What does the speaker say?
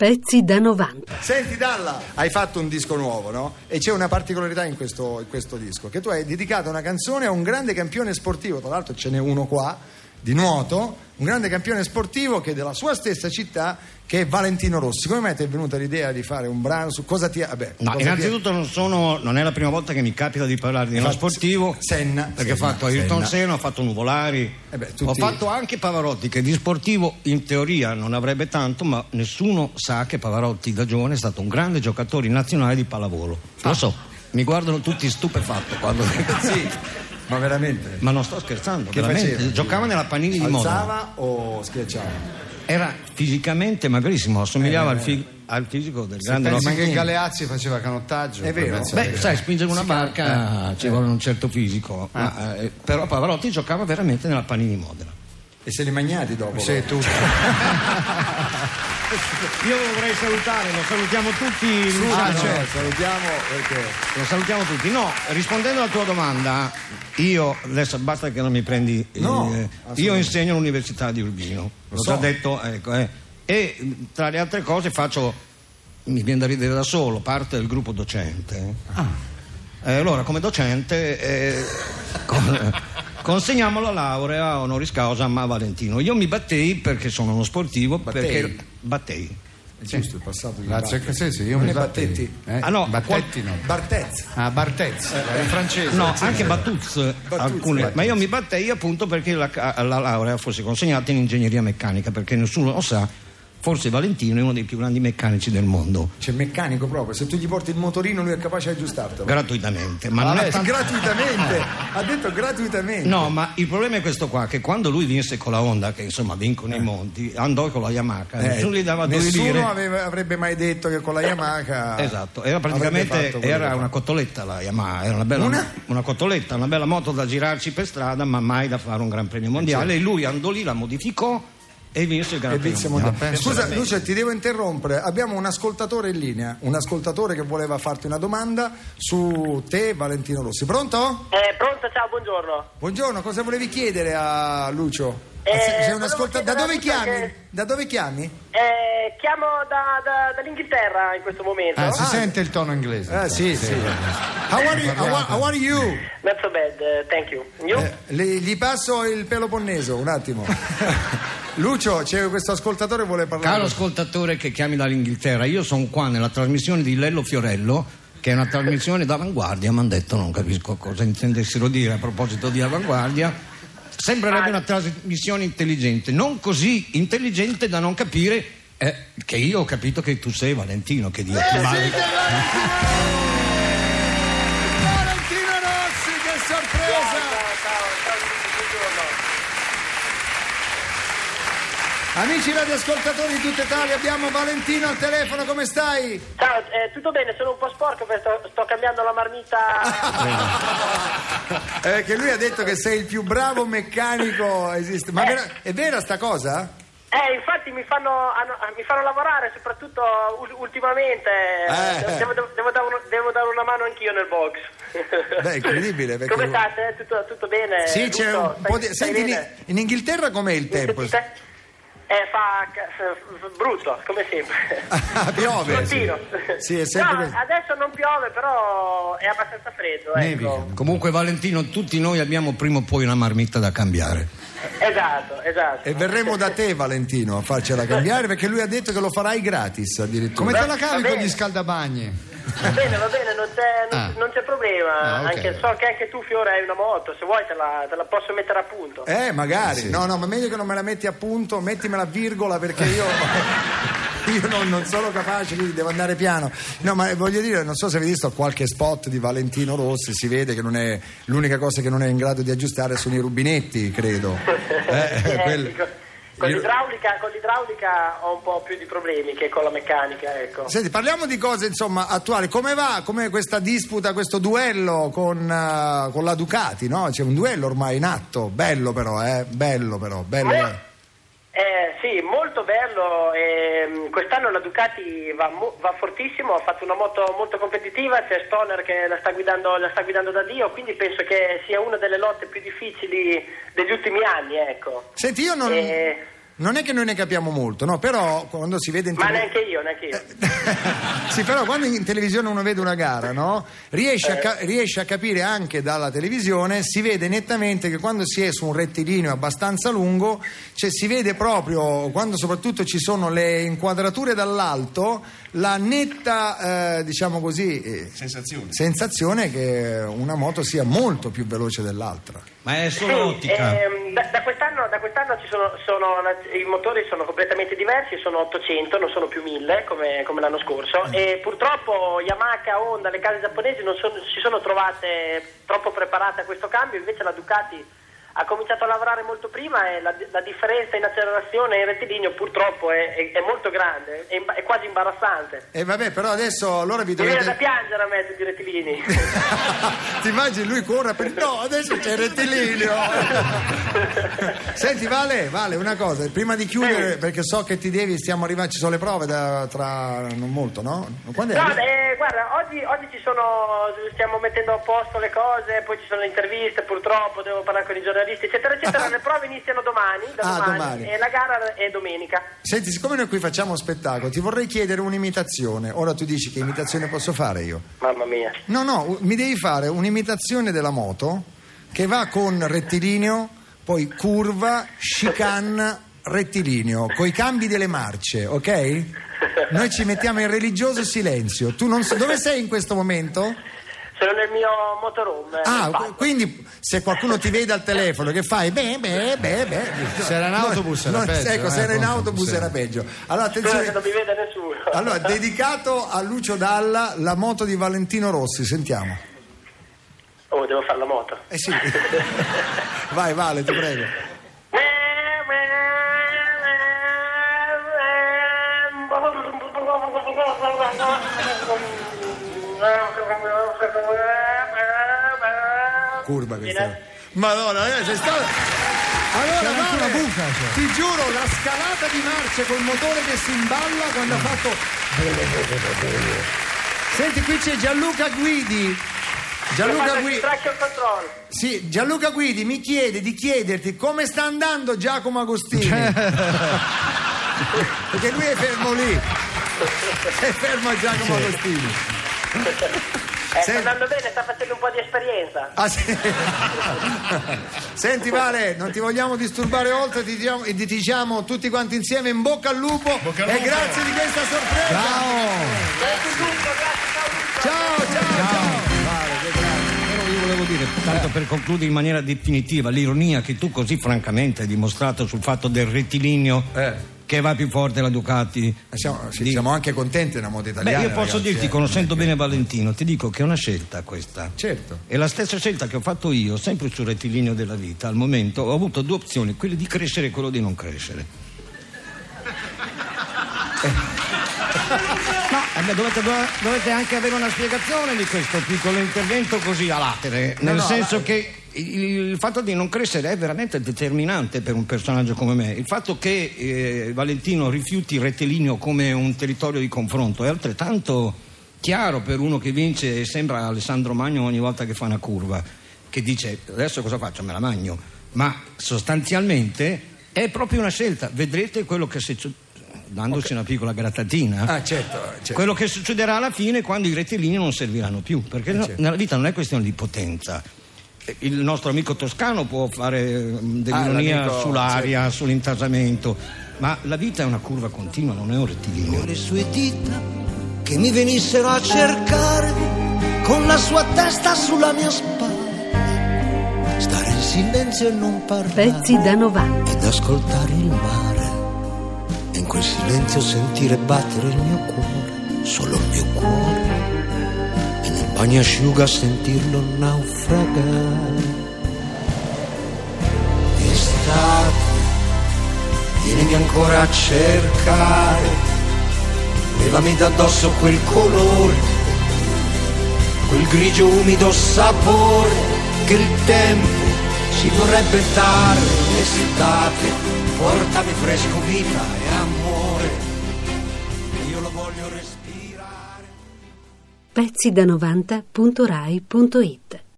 Pezzi da 90. Senti Dalla, hai fatto un disco nuovo, no? E c'è una particolarità in questo disco, che tu hai dedicato una canzone a un grande campione sportivo, tra l'altro ce n'è uno qua, di nuoto, un grande campione sportivo che è della sua stessa città, che è Valentino Rossi. Come mai ti è venuta l'idea di fare un brano su cosa ti ha... No, innanzitutto non è la prima volta che mi capita di parlare di uno sportivo. Senna. Perché ho fatto Ayrton Senna, ho fatto Nuvolari, ho fatto anche Pavarotti, che di sportivo in teoria non avrebbe tanto, ma nessuno sa che Pavarotti da giovane è stato un grande giocatore nazionale di pallavolo. Lo so, mi guardano tutti stupefatti quando sì. Ma veramente? Ma non sto scherzando, che veramente. Faceva? Giocava nella Panini di Modena. Alzava o schiacciava? Era fisicamente magrissimo, assomigliava al fisico del grande. Pensi anche che Galeazzi faceva canottaggio? È vero? Beh, sai, spingere una barca ci vuole un certo fisico. Però Pavarotti giocava veramente nella Panini Modena. E se li magnati dopo? Sì, tutto. Io lo vorrei salutare, lo salutiamo tutti. Salutiamo perché... Lo salutiamo tutti. No, rispondendo alla tua domanda, io adesso basta che non mi prendi. Io insegno all'Università di Urbino. L'ho già detto, ecco. E tra le altre cose mi viene da ridere da solo, parte del gruppo docente. Allora, come docente consegniamo la laurea honoris causa a Valentino. Io mi battei perché sono uno sportivo. Battei. È giusto il passato di Grazie a sì, io non mi è Battetti? No, Battetti no. Bartez. Bartez, è francese. No, anche Battuz, alcune. Ma io mi battei appunto perché la laurea fosse consegnata in ingegneria meccanica, perché nessuno lo sa. Forse Valentino è uno dei più grandi meccanici del mondo. C'è meccanico proprio, se tu gli porti il motorino lui è capace di aggiustartelo. Gratuitamente. Ma non è gratuitamente, ha detto gratuitamente. No, ma il problema è questo qua, che quando lui vinse con la Honda, che insomma vincono i monti, andò con la Yamaha, nessuno gli dava 2 lire. Nessuno avrebbe mai detto che con la Yamaha... Esatto, era praticamente una cotoletta la Yamaha, era una cotoletta, una bella moto da girarci per strada, ma mai da fare un gran premio mondiale. E lui andò lì, la modificò e vinse il Gran Premio mondiale. Scusa Luce, ti devo interrompere, abbiamo un ascoltatore in linea, un ascoltatore che voleva farti una domanda su te, Valentino Rossi. Pronto? Pronto, ciao, buongiorno. Buongiorno, cosa volevi chiedere a Lucio? Sei un ascoltatore. Da dove chiami? Da dove chiami? Chiamo dall'Inghilterra in questo momento. Si sente il tono inglese. Sì. How are you? Not so bad, thank you. Gli passo il Peloponneso, un attimo. Lucio, c'è questo ascoltatore che vuole parlare. Caro ascoltatore che chiami dall'Inghilterra, io sono qua nella trasmissione di Lello Fiorello, che è una trasmissione d'avanguardia. Mi hanno detto, non capisco cosa intendessero dire a proposito di avanguardia. Sembrerebbe una trasmissione intelligente, non così intelligente da non capire che io ho capito che tu sei Valentino, che Dio ti Valentino Rossi, che sorpresa! Amici radioascoltatori di tutta Italia, abbiamo Valentino al telefono, come stai? Ciao, tutto bene, sono un po' sporco perché sto cambiando la marmita. Che lui ha detto che sei il più bravo meccanico esiste. Ma è vera sta cosa? Infatti mi fanno lavorare, soprattutto ultimamente. Devo dare una mano anch'io nel box. Beh, incredibile. Come state? Tutto bene? Sì, c'è un po' di... Senti, in Inghilterra com'è il tempo? Fa brutto, come sempre. Piove. Sì, è sempre... No, adesso non piove, però è abbastanza freddo. Ecco. Comunque Valentino, tutti noi abbiamo prima o poi una marmitta da cambiare. Esatto. E verremo da te, Valentino, a farcela cambiare, perché lui ha detto che lo farai gratis addirittura. Come te la cavi con gli scaldabagni? Va bene, non c'è problema. Okay. So che anche tu, Fiore, hai una moto, se vuoi te la posso mettere a punto. Magari. Sì. No, ma meglio che non me la metti a punto, mettimela a virgola, perché io non sono capace, quindi devo andare piano. No, ma voglio dire, non so se avete visto qualche spot di Valentino Rossi, si vede che non è l'unica cosa che non è in grado di aggiustare sono i rubinetti, credo. Con l'idraulica ho un po' più di problemi che con la meccanica, ecco. Senti, parliamo di cose insomma attuali. Come va? Com'è questa disputa, questo duello con la Ducati, no? C'è un duello ormai in atto, bello però. Sì, molto bello. Quest'anno la Ducati va fortissimo, ha fatto una moto molto competitiva, c'è Stoner che la sta guidando da Dio, quindi penso che sia una delle lotte più difficili degli ultimi anni, ecco. Senti, io non è che noi ne capiamo molto, no? Però quando si vede in Ma neanche io. Sì, però quando in televisione uno vede una gara, no? Riesce a capire anche dalla televisione, si vede nettamente che quando si è su un rettilineo abbastanza lungo, cioè si vede proprio, quando soprattutto ci sono le inquadrature dall'alto, la netta, diciamo così, sensazione che una moto sia molto più veloce dell'altra. Ma è solo ottica. Da quest'anno i motori sono completamente diversi, sono 800, non sono più 1000 come l'anno scorso, e purtroppo Yamaha, Honda, le case giapponesi si sono trovate troppo preparate a questo cambio, invece la Ducati ha cominciato a lavorare molto prima e la differenza in accelerazione e in rettilineo purtroppo è molto grande, è quasi imbarazzante. E vabbè, però adesso allora vi dovete... Mi viene da piangere a me tutti i rettilini. Ti immagini lui corre per... No, adesso c'è il rettilineo. Senti Vale, una cosa, prima di chiudere, perché so che stiamo arrivando, ci sono le prove tra non molto, no? Quando è? No, guarda, oggi stiamo mettendo a posto le cose, poi ci sono le interviste, purtroppo devo parlare con i giornalisti, eccetera, eccetera. Le prove iniziano domani. E la gara è domenica. Senti, siccome noi qui facciamo spettacolo, ti vorrei chiedere un'imitazione. Ora tu dici che imitazione posso fare io? Mamma mia. No, mi devi fare un'imitazione della moto che va con rettilineo, poi curva, chicane, rettilineo, coi cambi delle marce, ok? Noi ci mettiamo in religioso silenzio. Tu non so dove sei in questo momento? Sono nel mio motorhome. Quindi se qualcuno ti vede al telefono che fai beh. Se era in autobus era peggio. Ecco, se era in autobus era peggio. Allora attenzione. Che non mi vede nessuno. Allora, dedicato a Lucio Dalla, la moto di Valentino Rossi, sentiamo. Oh, devo fare la moto. Sì. Vai Vale, ti prego. Curva questa. Madonna, sei stato. Allora, una buca, cioè. Ti giuro, la scalata di marce col motore che si imballa quando ha fatto. Senti, qui c'è Gianluca Guidi. Traction control. Sì, Gianluca Guidi mi chiede di chiederti come sta andando Giacomo Agostini. Perché lui è fermo lì. È fermo a Giacomo Agostini. Sta andando bene, sta facendo un po' di esperienza. Sì. Senti Vale, non ti vogliamo disturbare oltre, ti diciamo tutti quanti insieme in bocca al lupo, e grazie di questa sorpresa. Ciao. Vale, però io volevo dire, tanto per concludere in maniera definitiva, l'ironia che tu così francamente hai dimostrato sul fatto del rettilineo che va più forte la Ducati. Siamo anche contenti della moto italiana. Io posso dirti, conoscendo bene Valentino, ti dico che è una scelta questa. Certo. È la stessa scelta che ho fatto io, sempre sul rettilineo della vita. Al momento ho avuto due opzioni, quella di crescere e quello di non crescere. No, dovete anche avere una spiegazione di questo piccolo intervento così a latere, nel senso che il fatto di non crescere è veramente determinante per un personaggio come me. Il fatto che Valentino rifiuti il rettilineo come un territorio di confronto è altrettanto chiaro per uno che vince e sembra Alessandro Magno ogni volta che fa una curva, che dice adesso cosa faccio, me la magno, ma sostanzialmente è proprio una scelta. Vedrete quello che dandosi una piccola grattatina, certo. Quello che succederà alla fine quando i rettilinei non serviranno più, perché nella vita non è questione di potenza. Il nostro amico toscano può fare dell'ironia sull'aria, sull'intasamento, ma la vita è una curva continua, non è un rettilineo. Con le sue dita che mi venissero a cercare, con la sua testa sulla mia spalla, stare in silenzio e non parlare. Pezzi da 90. Ed ascoltare il mare, e in quel silenzio sentire battere il mio cuore, solo il mio cuore, e nel bagnasciuga sentirlo naufragare. Estate, vienimi ancora a cercare, levami d'addosso quel colore, quel grigio umido sapore che il tempo ci vorrebbe dare. Estate, portami fresco, vita e amore, io lo voglio respirare. Pezzi da 90.rai.it